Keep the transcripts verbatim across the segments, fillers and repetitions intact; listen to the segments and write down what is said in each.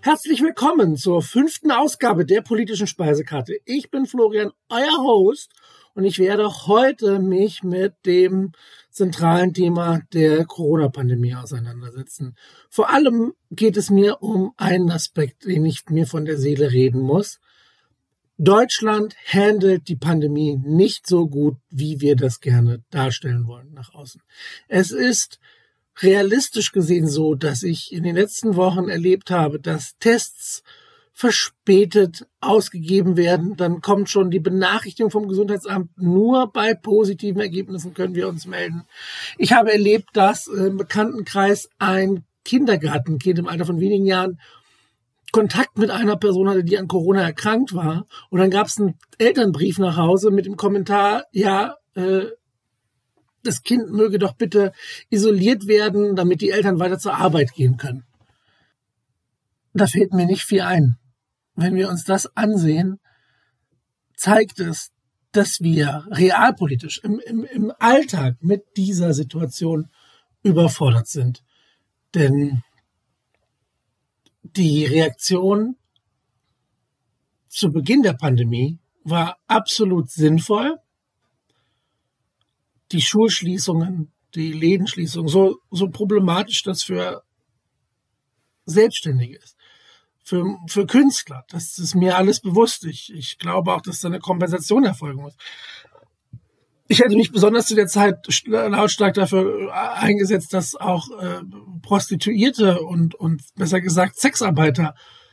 Herzlich willkommen zur fünften Ausgabe der politischen Speisekarte. Ich bin Florian, euer Host, und ich werde heute mich mit dem zentralen Thema der Corona-Pandemie auseinandersetzen. Vor allem geht es mir um einen Aspekt, den ich mir von der Seele reden muss. Deutschland handelt die Pandemie nicht so gut, wie wir das gerne darstellen wollen nach außen. Es ist realistisch gesehen so, dass ich in den letzten Wochen erlebt habe, dass Tests verspätet ausgegeben werden. Dann kommt schon die Benachrichtigung vom Gesundheitsamt, nur bei positiven Ergebnissen können wir uns melden. Ich habe erlebt, dass im Bekanntenkreis ein Kindergartenkind im Alter von wenigen Jahren Kontakt mit einer Person hatte, die an Corona erkrankt war. Und dann gab es einen Elternbrief nach Hause mit dem Kommentar, ja, äh, das Kind möge doch bitte isoliert werden, damit die Eltern weiter zur Arbeit gehen können. Da fällt mir nicht viel ein. Wenn wir uns das ansehen, zeigt es, dass wir realpolitisch im, im, im Alltag mit dieser Situation überfordert sind. Denn die Reaktion zu Beginn der Pandemie war absolut sinnvoll. Die Schulschließungen, die Lädenschließungen, so, so problematisch das für Selbstständige ist, für, für Künstler, das ist mir alles bewusst. Ich, ich glaube auch, dass da eine Kompensation erfolgen muss. Ich hätte mich besonders zu der Zeit lautstark dafür eingesetzt, dass auch äh, Prostituierte und, und besser gesagt Sexarbeiter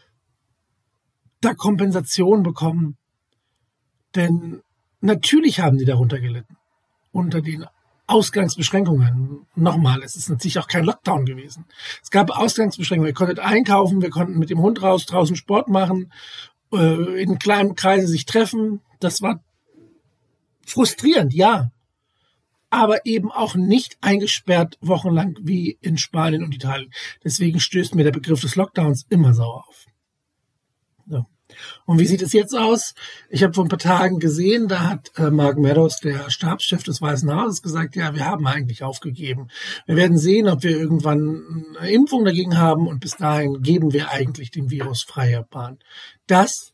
da Kompensation bekommen. Denn natürlich haben die darunter gelitten. Unter den Ausgangsbeschränkungen. Nochmal, es ist natürlich auch kein Lockdown gewesen. Es gab Ausgangsbeschränkungen. Wir konnten einkaufen, wir konnten mit dem Hund raus, draußen Sport machen, äh, in kleinen Kreisen sich treffen. Das war frustrierend, ja. Aber eben auch nicht eingesperrt wochenlang wie in Spanien und Italien. Deswegen stößt mir der Begriff des Lockdowns immer sauer auf. So. Und wie sieht es jetzt aus? Ich habe vor ein paar Tagen gesehen, da hat äh, Mark Meadows, der Stabschef des Weißen Hauses, gesagt, ja, wir haben eigentlich aufgegeben. Wir werden sehen, ob wir irgendwann eine Impfung dagegen haben, und bis dahin geben wir eigentlich dem Virus freie Bahn. Das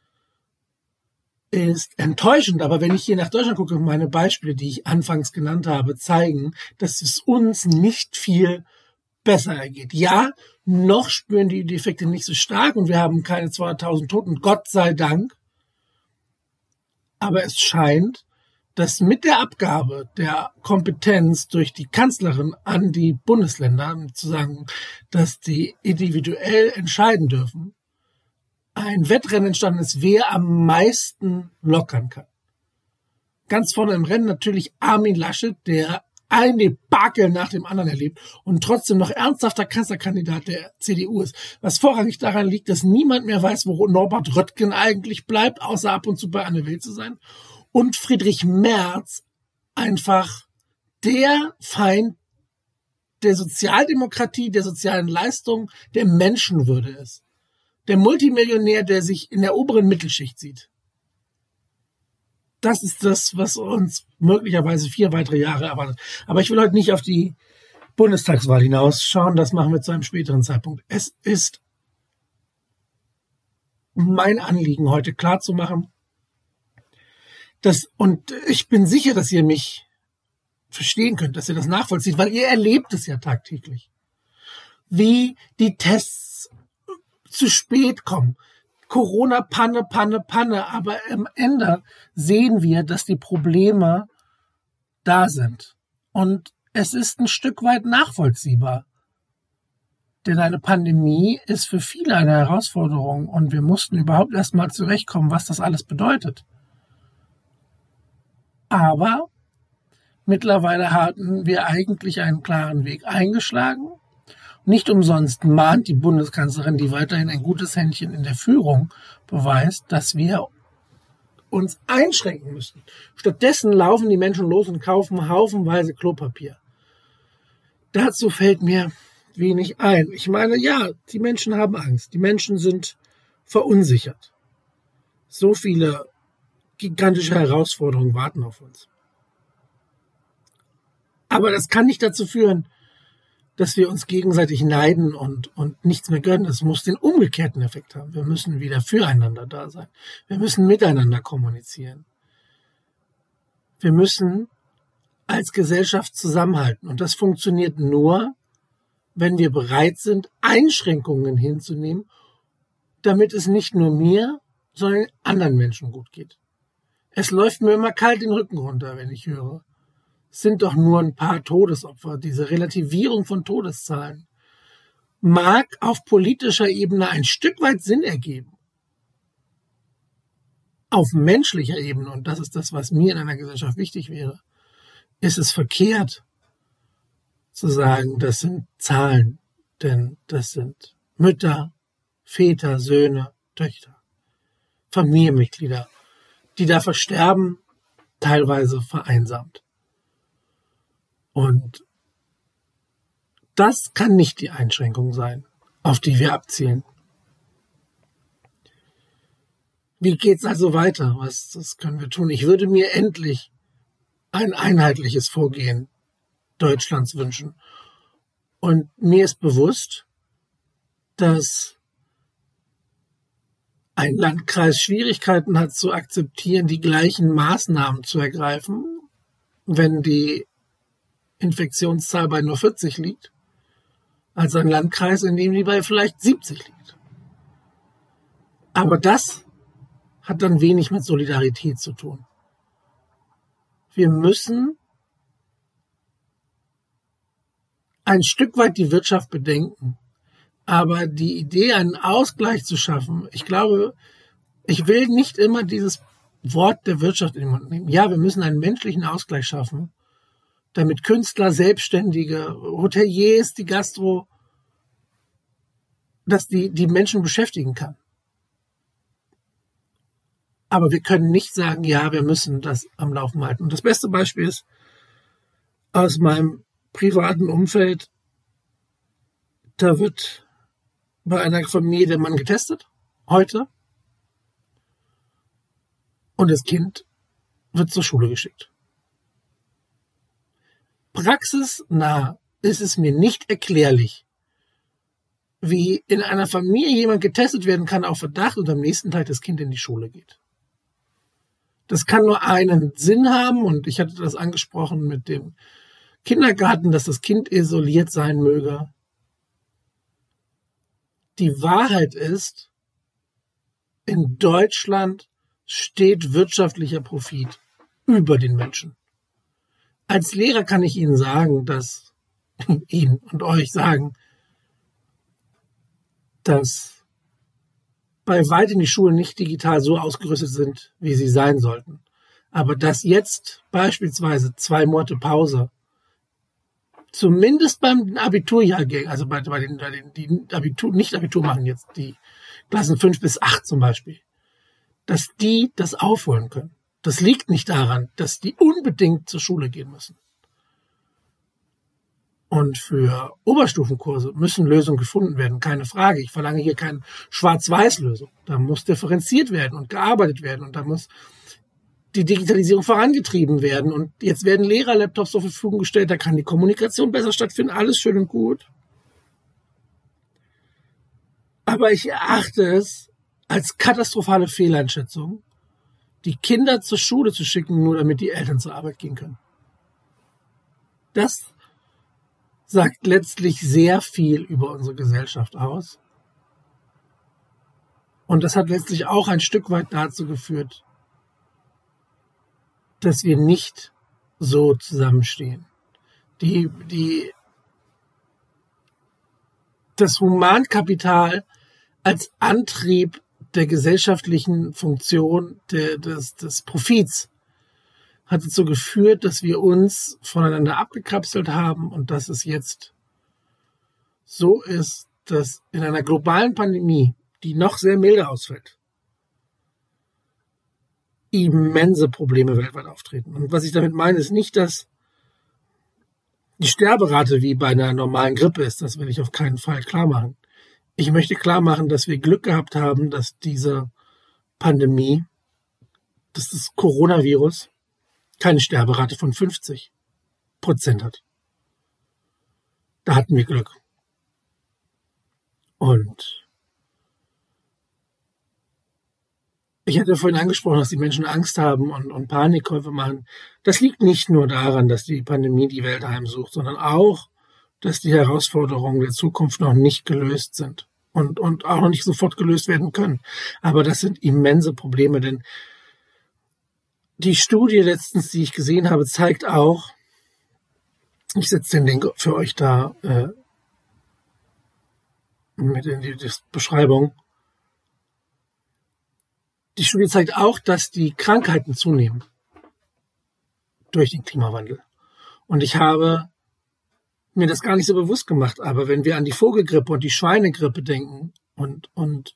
ist enttäuschend, aber wenn ich hier nach Deutschland gucke, meine Beispiele, die ich anfangs genannt habe, zeigen, dass es uns nicht viel besser ergeht. Ja, noch spüren die Effekte nicht so stark und wir haben keine zweihunderttausend Toten, Gott sei Dank. Aber es scheint, dass mit der Abgabe der Kompetenz durch die Kanzlerin an die Bundesländer, zu sagen, dass die individuell entscheiden dürfen, ein Wettrennen entstanden ist, wer am meisten lockern kann. Ganz vorne im Rennen natürlich Armin Laschet, der ein Debakel nach dem anderen erlebt und trotzdem noch ernsthafter Kanzlerkandidat der C D U ist. Was vorrangig daran liegt, dass niemand mehr weiß, wo Norbert Röttgen eigentlich bleibt, außer ab und zu bei Anne Will zu sein. Und Friedrich Merz einfach der Feind der Sozialdemokratie, der sozialen Leistung, der Menschenwürde ist. Der Multimillionär, der sich in der oberen Mittelschicht sieht. Das ist das, was uns möglicherweise vier weitere Jahre erwartet. Aber ich will heute nicht auf die Bundestagswahl hinausschauen. Das machen wir zu einem späteren Zeitpunkt. Es ist mein Anliegen, heute klarzumachen, dass, und ich bin sicher, dass ihr mich verstehen könnt, dass ihr das nachvollzieht, weil ihr erlebt es ja tagtäglich, wie die Tests zu spät kommen. Corona, Panne, Panne, Panne. Aber am Ende sehen wir, dass die Probleme da sind. Und es ist ein Stück weit nachvollziehbar. Denn eine Pandemie ist für viele eine Herausforderung. Und wir mussten überhaupt erst mal zurechtkommen, was das alles bedeutet. Aber mittlerweile hatten wir eigentlich einen klaren Weg eingeschlagen. Nicht umsonst mahnt die Bundeskanzlerin, die weiterhin ein gutes Händchen in der Führung beweist, dass wir uns einschränken müssen. Stattdessen laufen die Menschen los und kaufen haufenweise Klopapier. Dazu fällt mir wenig ein. Ich meine, ja, die Menschen haben Angst. Die Menschen sind verunsichert. So viele gigantische Herausforderungen warten auf uns. Aber das kann nicht dazu führen, dass wir uns gegenseitig neiden und, und nichts mehr gönnen. Es muss den umgekehrten Effekt haben. Wir müssen wieder füreinander da sein. Wir müssen miteinander kommunizieren. Wir müssen als Gesellschaft zusammenhalten. Und das funktioniert nur, wenn wir bereit sind, Einschränkungen hinzunehmen, damit es nicht nur mir, sondern anderen Menschen gut geht. Es läuft mir immer kalt den Rücken runter, wenn ich höre, es sind doch nur ein paar Todesopfer. Diese Relativierung von Todeszahlen mag auf politischer Ebene ein Stück weit Sinn ergeben. Auf menschlicher Ebene, und das ist das, was mir in einer Gesellschaft wichtig wäre, ist es verkehrt zu sagen, das sind Zahlen, denn das sind Mütter, Väter, Söhne, Töchter, Familienmitglieder, die da versterben, teilweise vereinsamt. Und das kann nicht die Einschränkung sein, auf die wir abzielen. Wie geht's also weiter? Was, was können wir tun? Ich würde mir endlich ein einheitliches Vorgehen Deutschlands wünschen. Und mir ist bewusst, dass ein Landkreis Schwierigkeiten hat zu akzeptieren, die gleichen Maßnahmen zu ergreifen, wenn die Infektionszahl bei nur vierzig liegt, als ein Landkreis, in dem die bei vielleicht siebzig liegt. Aber das hat dann wenig mit Solidarität zu tun. Wir müssen ein Stück weit die Wirtschaft bedenken. Aber die Idee, einen Ausgleich zu schaffen, ich glaube, ich will nicht immer dieses Wort der Wirtschaft in den Mund nehmen. Ja, wir müssen einen menschlichen Ausgleich schaffen, damit Künstler, Selbstständige, Hoteliers, die Gastro, dass die, die Menschen beschäftigen kann. Aber wir können nicht sagen, ja, wir müssen das am Laufen halten. Und das beste Beispiel ist aus meinem privaten Umfeld, da wird bei einer Familie der Mann getestet, heute, und das Kind wird zur Schule geschickt. Praxisnah ist es mir nicht erklärlich, wie in einer Familie jemand getestet werden kann auf Verdacht und am nächsten Tag das Kind in die Schule geht. Das kann nur einen Sinn haben, und ich hatte das angesprochen mit dem Kindergarten, dass das Kind isoliert sein möge. Die Wahrheit ist, in Deutschland steht wirtschaftlicher Profit über den Menschen. Als Lehrer kann ich Ihnen sagen, dass, Ihnen und euch sagen, dass bei weitem die Schulen nicht digital so ausgerüstet sind, wie sie sein sollten. Aber dass jetzt beispielsweise zwei Monate Pause, zumindest beim Abiturjahrgang, also bei, bei den, bei den die Abitur, nicht Abitur machen jetzt, die Klassen fünf bis acht zum Beispiel, dass die das aufholen können. Das liegt nicht daran, dass die unbedingt zur Schule gehen müssen. Und für Oberstufenkurse müssen Lösungen gefunden werden, keine Frage. Ich verlange hier keine Schwarz-Weiß-Lösung. Da muss differenziert werden und gearbeitet werden und da muss die Digitalisierung vorangetrieben werden. Und jetzt werden Lehrer-Laptops zur Verfügung gestellt, da kann die Kommunikation besser stattfinden, alles schön und gut. Aber ich erachte es als katastrophale Fehleinschätzung, die Kinder zur Schule zu schicken, nur damit die Eltern zur Arbeit gehen können. Das sagt letztlich sehr viel über unsere Gesellschaft aus. Und das hat letztlich auch ein Stück weit dazu geführt, dass wir nicht so zusammenstehen. Die, die, das Humankapital als Antrieb der gesellschaftlichen Funktion der, des, des Profits hat dazu geführt, dass wir uns voneinander abgekapselt haben und dass es jetzt so ist, dass in einer globalen Pandemie, die noch sehr milde ausfällt, immense Probleme weltweit auftreten. Und was ich damit meine, ist nicht, dass die Sterberate wie bei einer normalen Grippe ist. Das will ich auf keinen Fall klar machen. Ich möchte klar machen, dass wir Glück gehabt haben, dass diese Pandemie, dass das Coronavirus keine Sterberate von fünfzig Prozent hat. Da hatten wir Glück. Und ich hatte vorhin angesprochen, dass die Menschen Angst haben und, und Panikkäufe machen. Das liegt nicht nur daran, dass die Pandemie die Welt heimsucht, sondern auch, dass die Herausforderungen der Zukunft noch nicht gelöst sind und, und auch noch nicht sofort gelöst werden können. Aber das sind immense Probleme, denn die Studie letztens, die ich gesehen habe, zeigt auch, ich setze den Link für euch da äh, mit in die, die Beschreibung. Die Studie zeigt auch, dass die Krankheiten zunehmen durch den Klimawandel. Und ich habe mir das gar nicht so bewusst gemacht, aber wenn wir an die Vogelgrippe und die Schweinegrippe denken und, und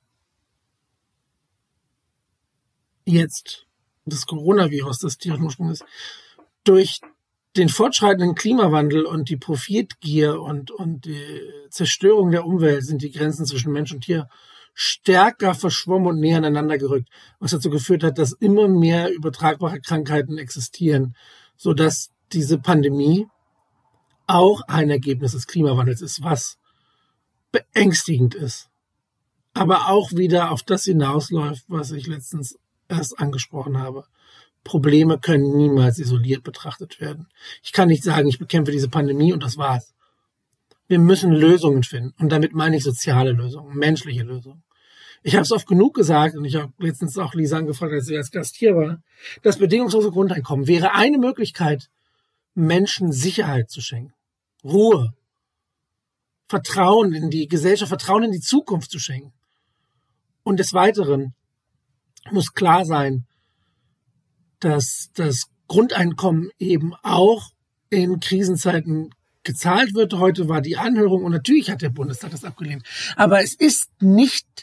jetzt das Coronavirus, das tierischen Ursprung ist, durch den fortschreitenden Klimawandel und die Profitgier und, und die Zerstörung der Umwelt sind die Grenzen zwischen Mensch und Tier stärker verschwommen und näher aneinander gerückt, was dazu geführt hat, dass immer mehr übertragbare Krankheiten existieren, sodass diese Pandemie auch ein Ergebnis des Klimawandels ist, was beängstigend ist, aber auch wieder auf das hinausläuft, was ich letztens erst angesprochen habe. Probleme können niemals isoliert betrachtet werden. Ich kann nicht sagen, ich bekämpfe diese Pandemie und das war's. Wir müssen Lösungen finden und damit meine ich soziale Lösungen, menschliche Lösungen. Ich habe es oft genug gesagt und ich habe letztens auch Lisa angefragt, als sie als Gast hier war, das bedingungslose Grundeinkommen wäre eine Möglichkeit, Menschen Sicherheit zu schenken, Ruhe, Vertrauen in die Gesellschaft, Vertrauen in die Zukunft zu schenken. Und des Weiteren muss klar sein, dass das Grundeinkommen eben auch in Krisenzeiten gezahlt wird. Heute war die Anhörung und natürlich hat der Bundestag das abgelehnt. Aber es ist nicht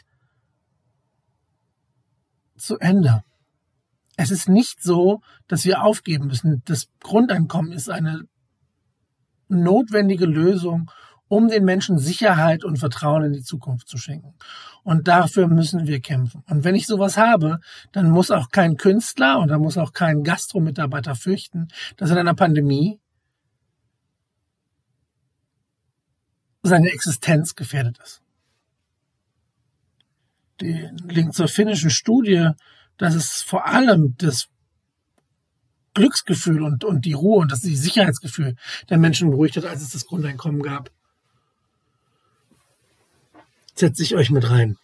zu Ende. Es ist nicht so, dass wir aufgeben müssen. Das Grundeinkommen ist eine notwendige Lösung, um den Menschen Sicherheit und Vertrauen in die Zukunft zu schenken. Und dafür müssen wir kämpfen. Und wenn ich sowas habe, dann muss auch kein Künstler und dann muss auch kein Gastromitarbeiter fürchten, dass in einer Pandemie seine Existenz gefährdet ist. Den Link zur finnischen Studie, dass es vor allem das Glücksgefühl und, und die Ruhe und das die Sicherheitsgefühl der Menschen beruhigt hat, als es das Grundeinkommen gab, setze ich euch mit rein.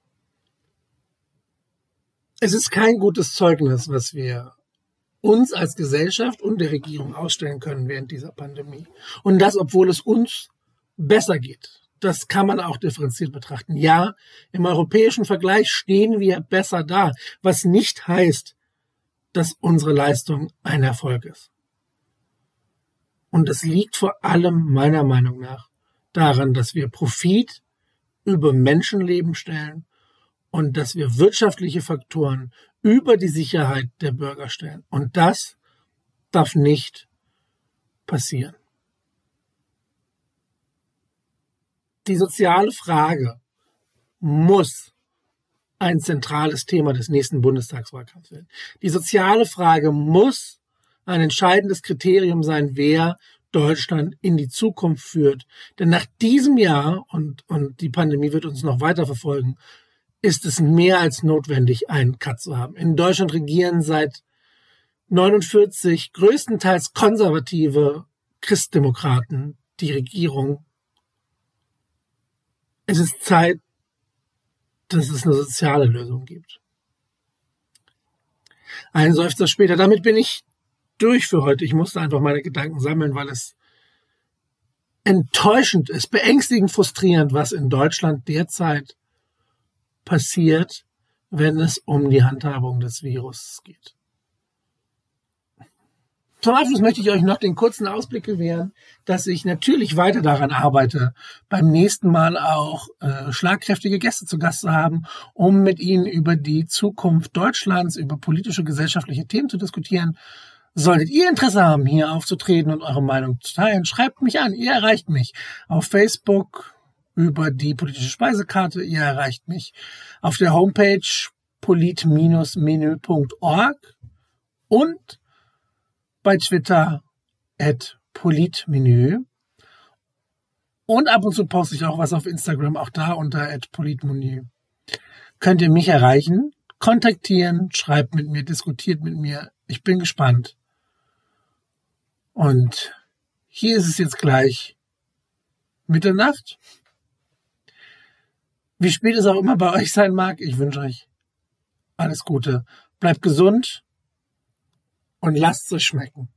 Es ist kein gutes Zeugnis, was wir uns als Gesellschaft und der Regierung ausstellen können während dieser Pandemie. Und das, obwohl es uns besser geht. Das kann man auch differenziert betrachten. Ja, im europäischen Vergleich stehen wir besser da, was nicht heißt, dass unsere Leistung ein Erfolg ist. Und es liegt vor allem meiner Meinung nach daran, dass wir Profit über Menschenleben stellen und dass wir wirtschaftliche Faktoren über die Sicherheit der Bürger stellen. Und das darf nicht passieren. Die soziale Frage muss ein zentrales Thema des nächsten Bundestagswahlkampfs werden. Die soziale Frage muss ein entscheidendes Kriterium sein, wer Deutschland in die Zukunft führt. Denn nach diesem Jahr, und, und die Pandemie wird uns noch weiter verfolgen, ist es mehr als notwendig, einen Cut zu haben. In Deutschland regieren seit neunundvierzig größtenteils konservative Christdemokraten die Regierung. Es ist Zeit, dass es eine soziale Lösung gibt. Ein Seufzer später. Damit bin ich durch für heute. Ich musste einfach meine Gedanken sammeln, weil es enttäuschend ist, beängstigend frustrierend, was in Deutschland derzeit passiert, wenn es um die Handhabung des Virus geht. Zum Abschluss möchte ich euch noch den kurzen Ausblick gewähren, dass ich natürlich weiter daran arbeite, beim nächsten Mal auch äh, schlagkräftige Gäste zu Gast zu haben, um mit ihnen über die Zukunft Deutschlands, über politische, gesellschaftliche Themen zu diskutieren. Solltet ihr Interesse haben, hier aufzutreten und eure Meinung zu teilen, schreibt mich an. Ihr erreicht mich auf Facebook über die politische Speisekarte. Ihr erreicht mich auf der Homepage polit Bindestrich menü Punkt org und bei Twitter at politmenü. Und ab und zu poste ich auch was auf Instagram, auch da unter at politmoni. Könnt ihr mich erreichen, kontaktieren, schreibt mit mir, diskutiert mit mir. Ich bin gespannt. Und hier ist es jetzt gleich Mitternacht. Wie spät es auch immer bei euch sein mag, ich wünsche euch alles Gute. Bleibt gesund und lasst es euch schmecken.